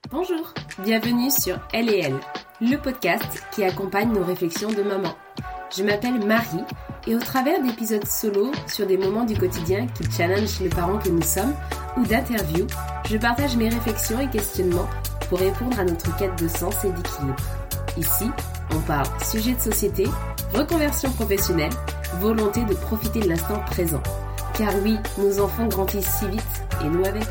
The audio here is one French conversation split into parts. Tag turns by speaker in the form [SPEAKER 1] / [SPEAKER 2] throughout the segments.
[SPEAKER 1] Bonjour, bienvenue sur Elle et Elle, le podcast qui accompagne nos réflexions de maman. Je m'appelle Marie et au travers d'épisodes solo sur des moments du quotidien qui challengent les parents que nous sommes ou d'interviews, je partage mes réflexions et questionnements pour répondre à notre quête de sens et d'équilibre. Ici, on parle sujet de société, reconversion professionnelle, volonté de profiter de l'instant présent. Car oui, nos enfants grandissent si vite et nous avec.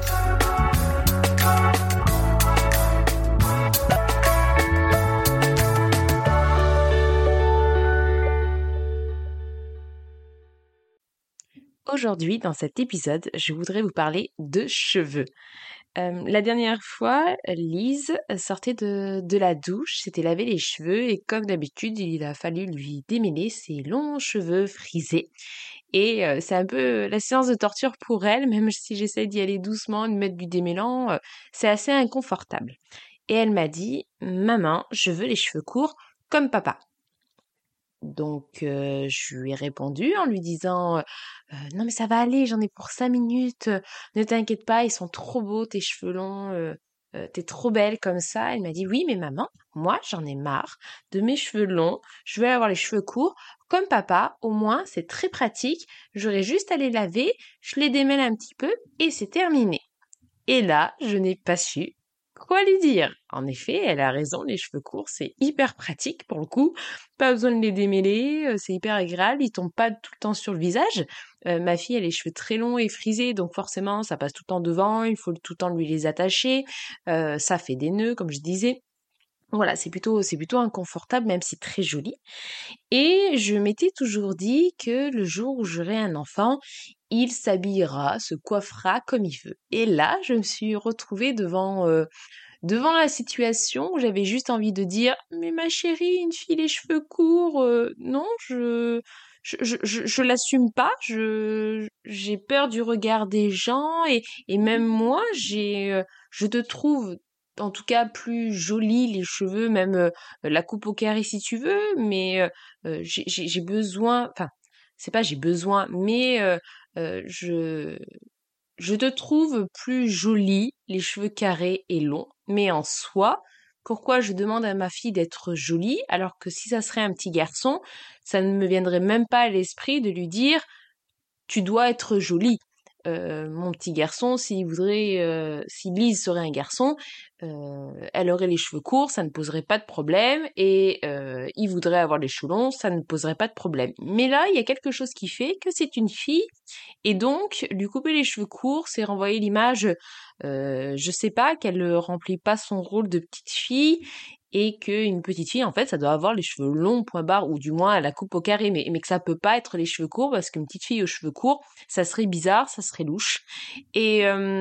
[SPEAKER 1] Aujourd'hui, dans cet épisode, je voudrais vous parler de cheveux. La dernière fois, Lise sortait de la douche, s'était lavé les cheveux et comme d'habitude, il a fallu lui démêler ses longs cheveux frisés. Et c'est un peu la séance de torture pour elle, même si j'essaie d'y aller doucement, de mettre du démêlant, c'est assez inconfortable. Et elle m'a dit « Maman, je veux les cheveux courts comme papa ». Donc je lui ai répondu en lui disant non mais ça va aller, j'en ai pour 5 minutes, ne t'inquiète pas, ils sont trop beaux tes cheveux longs, t'es trop belle comme ça. Elle m'a dit oui mais maman, moi j'en ai marre de mes cheveux longs, je veux avoir les cheveux courts comme papa, au moins c'est très pratique, j'aurais juste à les laver, je les démêle un petit peu et c'est terminé. Et là, je n'ai pas su quoi lui dire. En effet, elle a raison, les cheveux courts, c'est hyper pratique pour le coup. Pas besoin de les démêler, c'est hyper agréable, ils tombent pas tout le temps sur le visage. Ma fille a les cheveux très longs et frisés, donc forcément, ça passe tout le temps devant, il faut tout le temps lui les attacher. Ça fait des nœuds, comme je disais. Voilà, c'est plutôt inconfortable, même si très joli. Et je m'étais toujours dit que le jour où j'aurai un enfant, il s'habillera, se coiffera comme il veut. Et là, je me suis retrouvée devant la situation où j'avais juste envie de dire mais ma chérie, une fille les cheveux courts, non, je l'assume pas, j'ai peur du regard des gens et même moi je te trouve en tout cas plus jolie les cheveux, même la coupe au carré si tu veux, mais j'ai besoin, enfin c'est pas j'ai besoin, mais je te trouve plus jolie, les cheveux carrés et longs, mais en soi, pourquoi je demande à ma fille d'être jolie, alors que si ça serait un petit garçon, ça ne me viendrait même pas à l'esprit de lui dire tu dois être jolie. Mon petit garçon, si Lise serait un garçon, elle aurait les cheveux courts, ça ne poserait pas de problème, et il voudrait avoir les cheveux longs, ça ne poserait pas de problème. Mais là, il y a quelque chose qui fait que c'est une fille, et donc lui couper les cheveux courts, c'est renvoyer l'image, je sais pas, qu'elle ne remplit pas son rôle de petite fille, et qu'une petite fille, en fait, ça doit avoir les cheveux longs, point barre, ou du moins la coupe au carré, mais que ça peut pas être les cheveux courts, parce qu'une petite fille aux cheveux courts, ça serait bizarre, ça serait louche. Et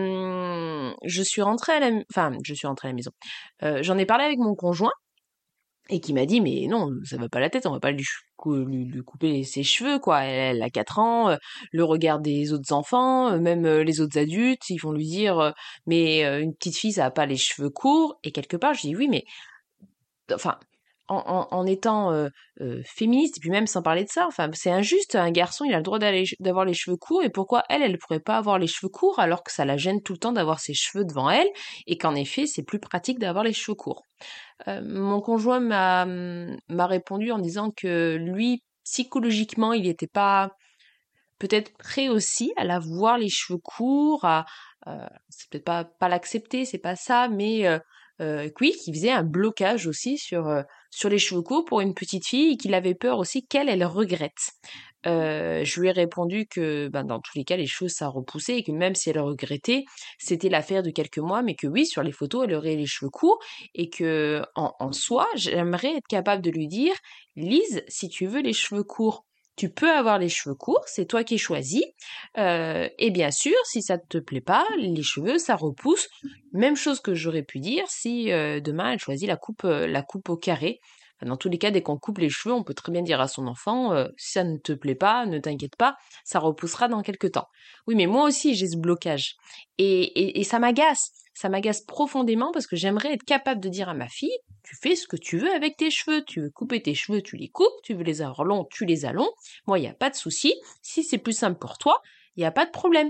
[SPEAKER 1] je suis rentrée à la maison. J'en ai parlé avec mon conjoint, et qui m'a dit mais non, ça va pas la tête, on va pas lui couper ses cheveux quoi. Elle a 4 ans, le regard des autres enfants, même les autres adultes, ils vont lui dire mais une petite fille ça a pas les cheveux courts. Et quelque part je dis oui mais enfin, en étant féministe, et puis même sans parler de ça, enfin, c'est injuste, un garçon, il a le droit d'avoir les cheveux courts, et pourquoi elle pourrait pas avoir les cheveux courts, alors que ça la gêne tout le temps d'avoir ses cheveux devant elle, et qu'en effet, c'est plus pratique d'avoir les cheveux courts. Mon conjoint m'a répondu en disant que lui, psychologiquement, il n'était pas peut-être prêt aussi à la voir les cheveux courts, c'est peut-être pas l'accepter, c'est pas ça, mais oui, qui faisait un blocage aussi sur les cheveux courts pour une petite fille et qu'il avait peur aussi elle regrette. Je lui ai répondu que dans tous les cas les cheveux ça repoussait et que même si elle regrettait, c'était l'affaire de quelques mois, mais que oui, sur les photos elle aurait les cheveux courts et que en soi, j'aimerais être capable de lui dire Lise, si tu veux les cheveux courts, tu peux avoir les cheveux courts, c'est toi qui choisis. Et bien sûr, si ça te plaît pas, les cheveux, ça repousse. Même chose que j'aurais pu dire si demain elle choisit la coupe au carré. Enfin, dans tous les cas, dès qu'on coupe les cheveux, on peut très bien dire à son enfant, si ça ne te plaît pas, ne t'inquiète pas, ça repoussera dans quelques temps. Oui, mais moi aussi, j'ai ce blocage. Et ça m'agace. Ça m'agace profondément parce que j'aimerais être capable de dire à ma fille, tu fais ce que tu veux avec tes cheveux. Tu veux couper tes cheveux, tu les coupes. Tu veux les avoir longs, tu les as longs. Moi, il n'y a pas de souci. Si c'est plus simple pour toi, il n'y a pas de problème.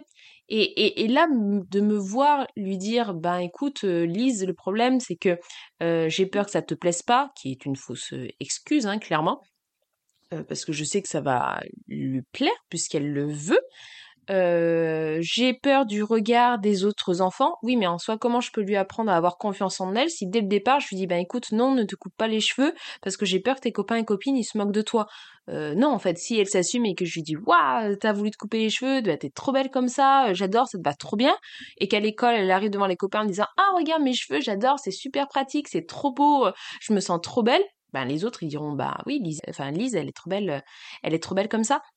[SPEAKER 1] Et là, de me voir lui dire, ben écoute, Lise, le problème c'est que j'ai peur que ça te plaise pas, qui est une fausse excuse, hein, clairement, parce que je sais que ça va lui plaire puisqu'elle le veut. J'ai peur du regard des autres enfants. Oui, mais en soi, comment je peux lui apprendre à avoir confiance en elle si dès le départ je lui dis, ben écoute, non, ne te coupe pas les cheveux parce que j'ai peur que tes copains et copines ils se moquent de toi. Non, en fait, si elle s'assume et que je lui dis, waouh, t'as voulu te couper les cheveux, bah, t'es trop belle comme ça, j'adore, ça te va trop bien, et qu'à l'école elle arrive devant les copains en disant, ah regarde mes cheveux, j'adore, c'est super pratique, c'est trop beau, je me sens trop belle. Ben les autres ils diront, bah oui, Lise, enfin Lise, elle est trop belle, elle est trop belle comme ça.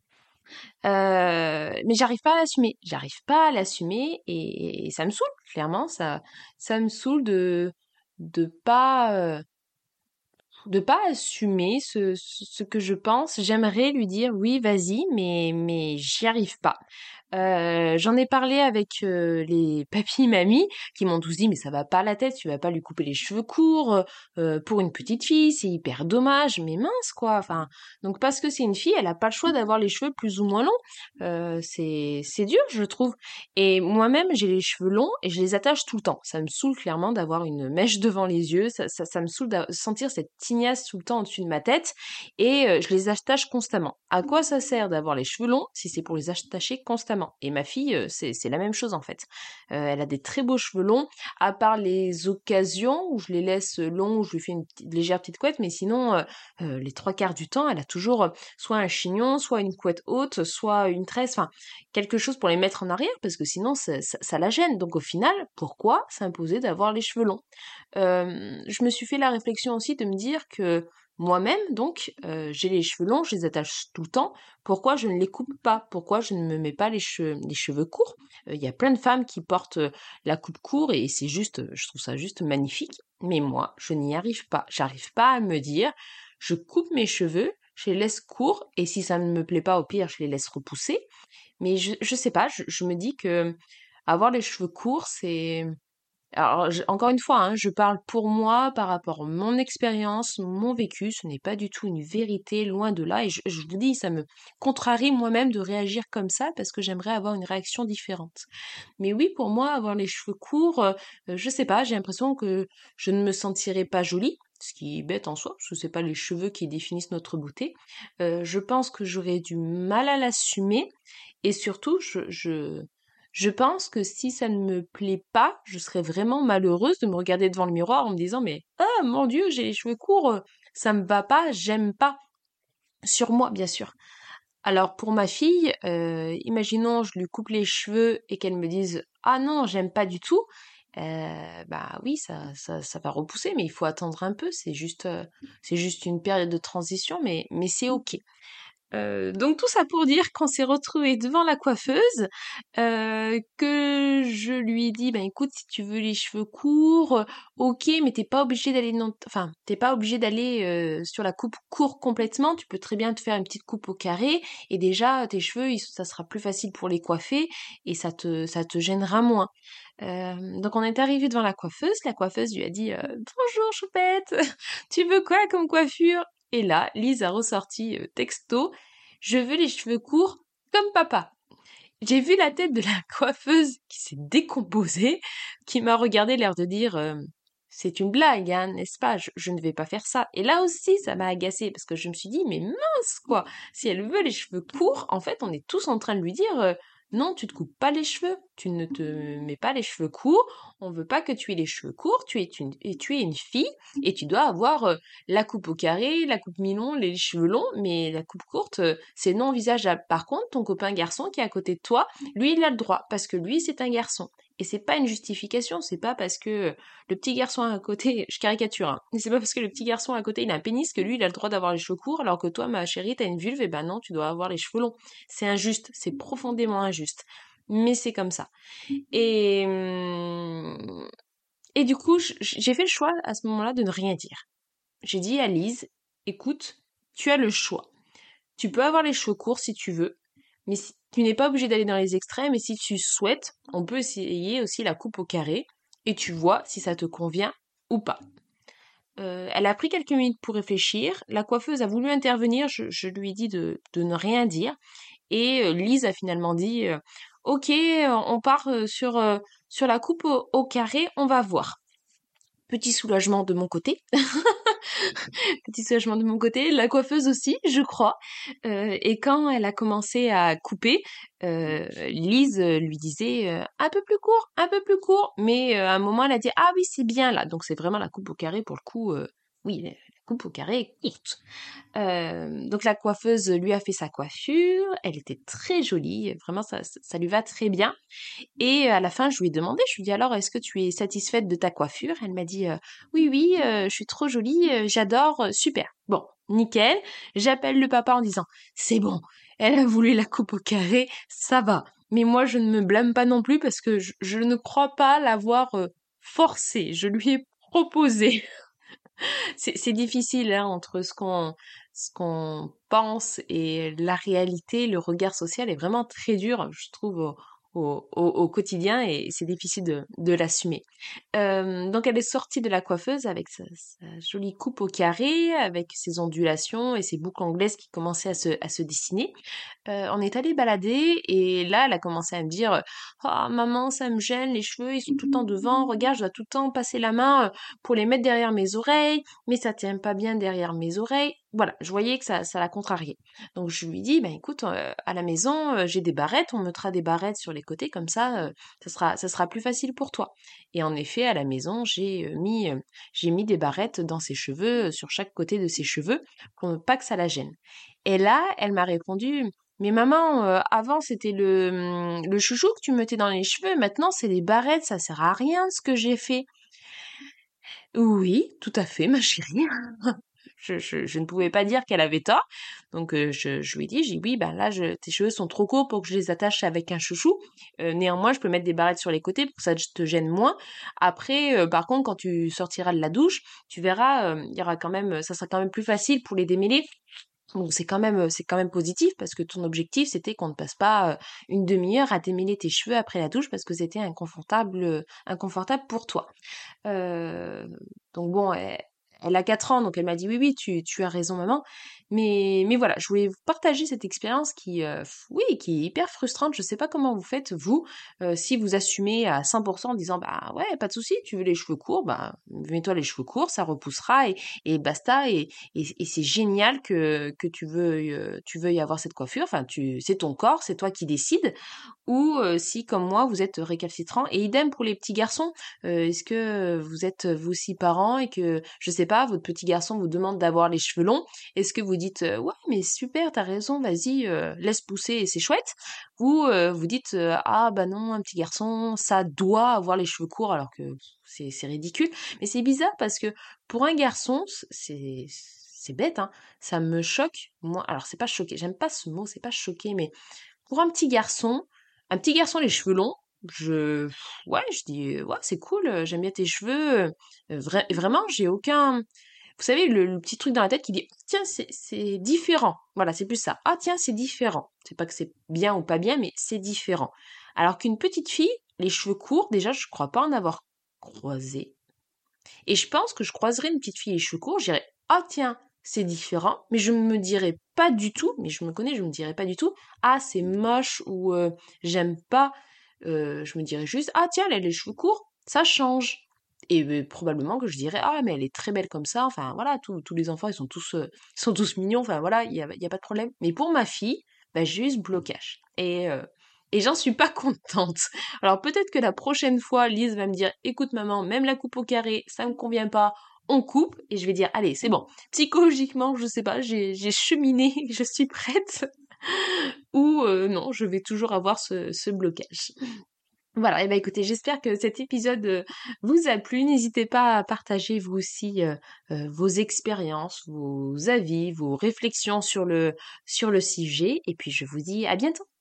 [SPEAKER 1] Mais j'arrive pas à l'assumer. J'arrive pas à l'assumer et ça me saoule, clairement, ça me saoule de pas, heu, de pas assumer ce que je pense. J'aimerais lui dire: «Oui, vas-y», mais j'y arrive pas. J'en ai parlé avec les papis mamies qui m'ont tous dit mais ça va pas la tête, tu vas pas lui couper les cheveux courts pour une petite fille, c'est hyper dommage, mais mince quoi. Enfin, donc parce que c'est une fille, elle a pas le choix d'avoir les cheveux plus ou moins longs. C'est dur, je trouve. Et moi-même, j'ai les cheveux longs et je les attache tout le temps. Ça me saoule clairement d'avoir une mèche devant les yeux. Ça me saoule de sentir cette tignasse tout le temps au-dessus de ma tête et je les attache constamment. À quoi ça sert d'avoir les cheveux longs si c'est pour les attacher constamment? Et ma fille, c'est la même chose en fait. Elle a des très beaux cheveux longs, à part les occasions où je les laisse longs, où je lui fais une légère petite couette, mais sinon, les trois quarts du temps, elle a toujours soit un chignon, soit une couette haute, soit une tresse, enfin quelque chose pour les mettre en arrière, parce que sinon ça la gêne. Donc au final, pourquoi s'imposer d'avoir les cheveux longs? Je me suis fait la réflexion aussi de me dire que moi-même, donc, j'ai les cheveux longs, je les attache tout le temps. Pourquoi je ne les coupe pas? Pourquoi je ne me mets pas les cheveux courts? Il y a plein de femmes qui portent la coupe court et c'est juste, je trouve ça juste magnifique. Mais moi, je n'y arrive pas. J'arrive pas à me dire, je coupe mes cheveux, je les laisse courts et si ça ne me plaît pas, au pire, je les laisse repousser. Mais je sais pas, je me dis que avoir les cheveux courts, c'est alors, encore une fois, hein, je parle pour moi par rapport à mon expérience, mon vécu. Ce n'est pas du tout une vérité, loin de là. Et je vous dis, ça me contrarie moi-même de réagir comme ça parce que j'aimerais avoir une réaction différente. Mais oui, pour moi, avoir les cheveux courts, je sais pas, j'ai l'impression que je ne me sentirais pas jolie. Ce qui est bête en soi, parce que c'est pas les cheveux qui définissent notre beauté. Je pense que j'aurais du mal à l'assumer. Et surtout, je pense que si ça ne me plaît pas, je serais vraiment malheureuse de me regarder devant le miroir en me disant mais ah mon Dieu, j'ai les cheveux courts, ça me va pas, j'aime pas. Sur moi, bien sûr. Alors pour ma fille, imaginons je lui coupe les cheveux et qu'elle me dise ah non, j'aime pas du tout. Bah oui, ça va repousser, mais il faut attendre un peu. C'est juste une période de transition, mais c'est ok. Donc tout ça pour dire qu'on s'est retrouvés devant la coiffeuse, que je lui ai dit, ben écoute, si tu veux les cheveux courts, ok, mais t'es pas obligé d'aller enfin, t'es pas obligé d'aller sur la coupe court complètement. Tu peux très bien te faire une petite coupe au carré et déjà tes cheveux, ça sera plus facile pour les coiffer et ça te gênera moins. Donc on est arrivé devant la coiffeuse. La coiffeuse lui a dit bonjour choupette, tu veux quoi comme coiffure? Et là, Lise a ressorti texto, je veux les cheveux courts comme papa. J'ai vu la tête de la coiffeuse qui s'est décomposée, qui m'a regardé l'air de dire c'est une blague, hein, n'est-ce pas? Je ne vais pas faire ça. Et là aussi, ça m'a agacée parce que je me suis dit mais mince quoi, si elle veut les cheveux courts, en fait, on est tous en train de lui dire non, tu te coupes pas les cheveux, tu ne te mets pas les cheveux courts, on veut pas que tu aies les cheveux courts, tu es une fille et tu dois avoir la coupe au carré, la coupe mi-long, les cheveux longs, mais la coupe courte, c'est non envisageable. Par contre, ton copain garçon qui est à côté de toi, lui, il a le droit, parce que lui, c'est un garçon. Et c'est pas une justification, c'est pas parce que le petit garçon à côté, je caricature, hein, mais c'est pas parce que le petit garçon à côté, il a un pénis que lui, il a le droit d'avoir les cheveux courts, alors que toi, ma chérie, t'as une vulve, et ben non, tu dois avoir les cheveux longs. C'est injuste, c'est profondément injuste. Mais c'est comme ça. Et, hum, et du coup, j'ai fait le choix à ce moment-là de ne rien dire. J'ai dit à Lise, écoute, tu as le choix. Tu peux avoir les cheveux courts si tu veux, mais tu n'es pas obligé d'aller dans les extrêmes, et si tu souhaites, on peut essayer aussi la coupe au carré, et tu vois si ça te convient ou pas. Elle a pris quelques minutes pour réfléchir, la coiffeuse a voulu intervenir, je lui ai dit de ne rien dire, et Lise a finalement dit ok, on part sur la coupe au carré, on va voir. Petit soulagement de mon côté. Petit soulagement de mon côté. La coiffeuse aussi, je crois. Et quand elle a commencé à couper, Lise lui disait un peu plus court. Mais à un moment, elle a dit ah oui, c'est bien là. Donc c'est vraiment la coupe au carré pour le coup. Oui, la coupe au carré est courte. Donc la coiffeuse lui a fait sa coiffure. Elle était très jolie. Vraiment, ça lui va très bien. Et à la fin, je lui ai demandé, je lui ai dit alors, est-ce que tu es satisfaite de ta coiffure? Elle m'a dit oui, oui, je suis trop jolie, j'adore, super. Bon, nickel. J'appelle le papa en disant c'est bon, elle a voulu la coupe au carré, ça va. Mais moi, je ne me blâme pas non plus parce que je ne crois pas l'avoir forcée. Je lui ai proposé. C'est difficile hein, entre ce qu'on pense et la réalité. Le regard social est vraiment très dur, je trouve, au quotidien et c'est difficile de l'assumer. Donc elle est sortie de la coiffeuse avec sa jolie coupe au carré, avec ses ondulations et ses boucles anglaises qui commençaient à se dessiner. On est allé balader et là, elle a commencé à me dire «Ah maman, ça me gêne, les cheveux, ils sont tout le temps devant. Regarde, je dois tout le temps passer la main pour les mettre derrière mes oreilles, mais ça tient pas bien derrière mes oreilles.» Voilà, je voyais que ça la contrariait. Donc je lui dis «Ben écoute, à la maison, j'ai des barrettes, on mettra des barrettes sur les côtés comme ça, ça sera plus facile pour toi.» Et en effet, à la maison, j'ai mis des barrettes dans ses cheveux, sur chaque côté de ses cheveux, pour ne pas que ça la gêne. Et là, elle m'a répondu mais maman, avant c'était le chouchou que tu mettais dans les cheveux, maintenant c'est les barrettes, ça sert à rien ce que j'ai fait. Oui, tout à fait, ma chérie. Je ne pouvais pas dire qu'elle avait tort. Donc je lui ai dit, j'ai dit oui, ben là tes cheveux sont trop courts pour que je les attache avec un chouchou. Néanmoins, je peux mettre des barrettes sur les côtés pour que ça te gêne moins. Après, par contre, quand tu sortiras de la douche, tu verras, il y aura quand même, ça sera quand même plus facile pour les démêler. Donc c'est quand même positif parce que ton objectif c'était qu'on ne passe pas une demi-heure à démêler tes cheveux après la douche parce que c'était inconfortable pour toi. Euh, donc bon, elle a 4 ans, donc elle m'a dit oui, oui, tu as raison, maman. Mais voilà, je voulais vous partager cette expérience oui, qui est hyper frustrante. Je sais pas comment vous faites, vous, si vous assumez à 100% en disant, bah ouais, pas de souci, tu veux les cheveux courts, bah mets-toi les cheveux courts, ça repoussera et basta. Et c'est génial que tu veuilles avoir cette coiffure. Enfin, c'est ton corps, c'est toi qui décides ou si comme moi vous êtes récalcitrant et idem pour les petits garçons. Est-ce que vous êtes vous aussi parents et que je sais pas votre petit garçon vous demande d'avoir les cheveux longs, est-ce que vous dites ouais mais super t'as raison vas-y laisse pousser et c'est chouette, ou vous dites ah bah non un petit garçon ça doit avoir les cheveux courts alors que c'est ridicule. Mais c'est bizarre parce que pour un garçon c'est bête hein, ça me choque moi. Alors c'est pas choqué, j'aime pas ce mot, c'est pas choqué, mais pour un petit garçon les cheveux longs, ouais, je dis, ouais, c'est cool, j'aime bien tes cheveux. Vraiment, j'ai aucun, vous savez, le petit truc dans la tête qui dit, tiens, c'est différent. Voilà, c'est plus ça. Ah, tiens, c'est différent. C'est pas que c'est bien ou pas bien, mais c'est différent. Alors qu'une petite fille, les cheveux courts, déjà, je crois pas en avoir croisé. Et je pense que je croiserais une petite fille les cheveux courts, je dirais, ah tiens, c'est différent, mais je me dirais pas du tout, mais je me connais, je me dirais pas du tout, ah c'est moche ou j'aime pas. Je me dirais juste, ah tiens, elle a les cheveux courts, ça change. Et probablement que je dirais, ah mais elle est très belle comme ça, enfin voilà, tous les enfants ils sont tous mignons, enfin voilà, il y a pas de problème. Mais pour ma fille, bah, j'ai eu ce blocage. Et j'en suis pas contente. Alors peut-être que la prochaine fois, Lise va me dire, écoute maman, même la coupe au carré, ça me convient pas, on coupe. Et je vais dire, allez, c'est bon. Psychologiquement, je sais pas, j'ai cheminé, je suis prête. Ou non, je vais toujours avoir ce blocage. Voilà, et ben écoutez, j'espère que cet épisode vous a plu. N'hésitez pas à partager vous aussi vos expériences, vos avis, vos réflexions sur le sujet. Et puis je vous dis à bientôt.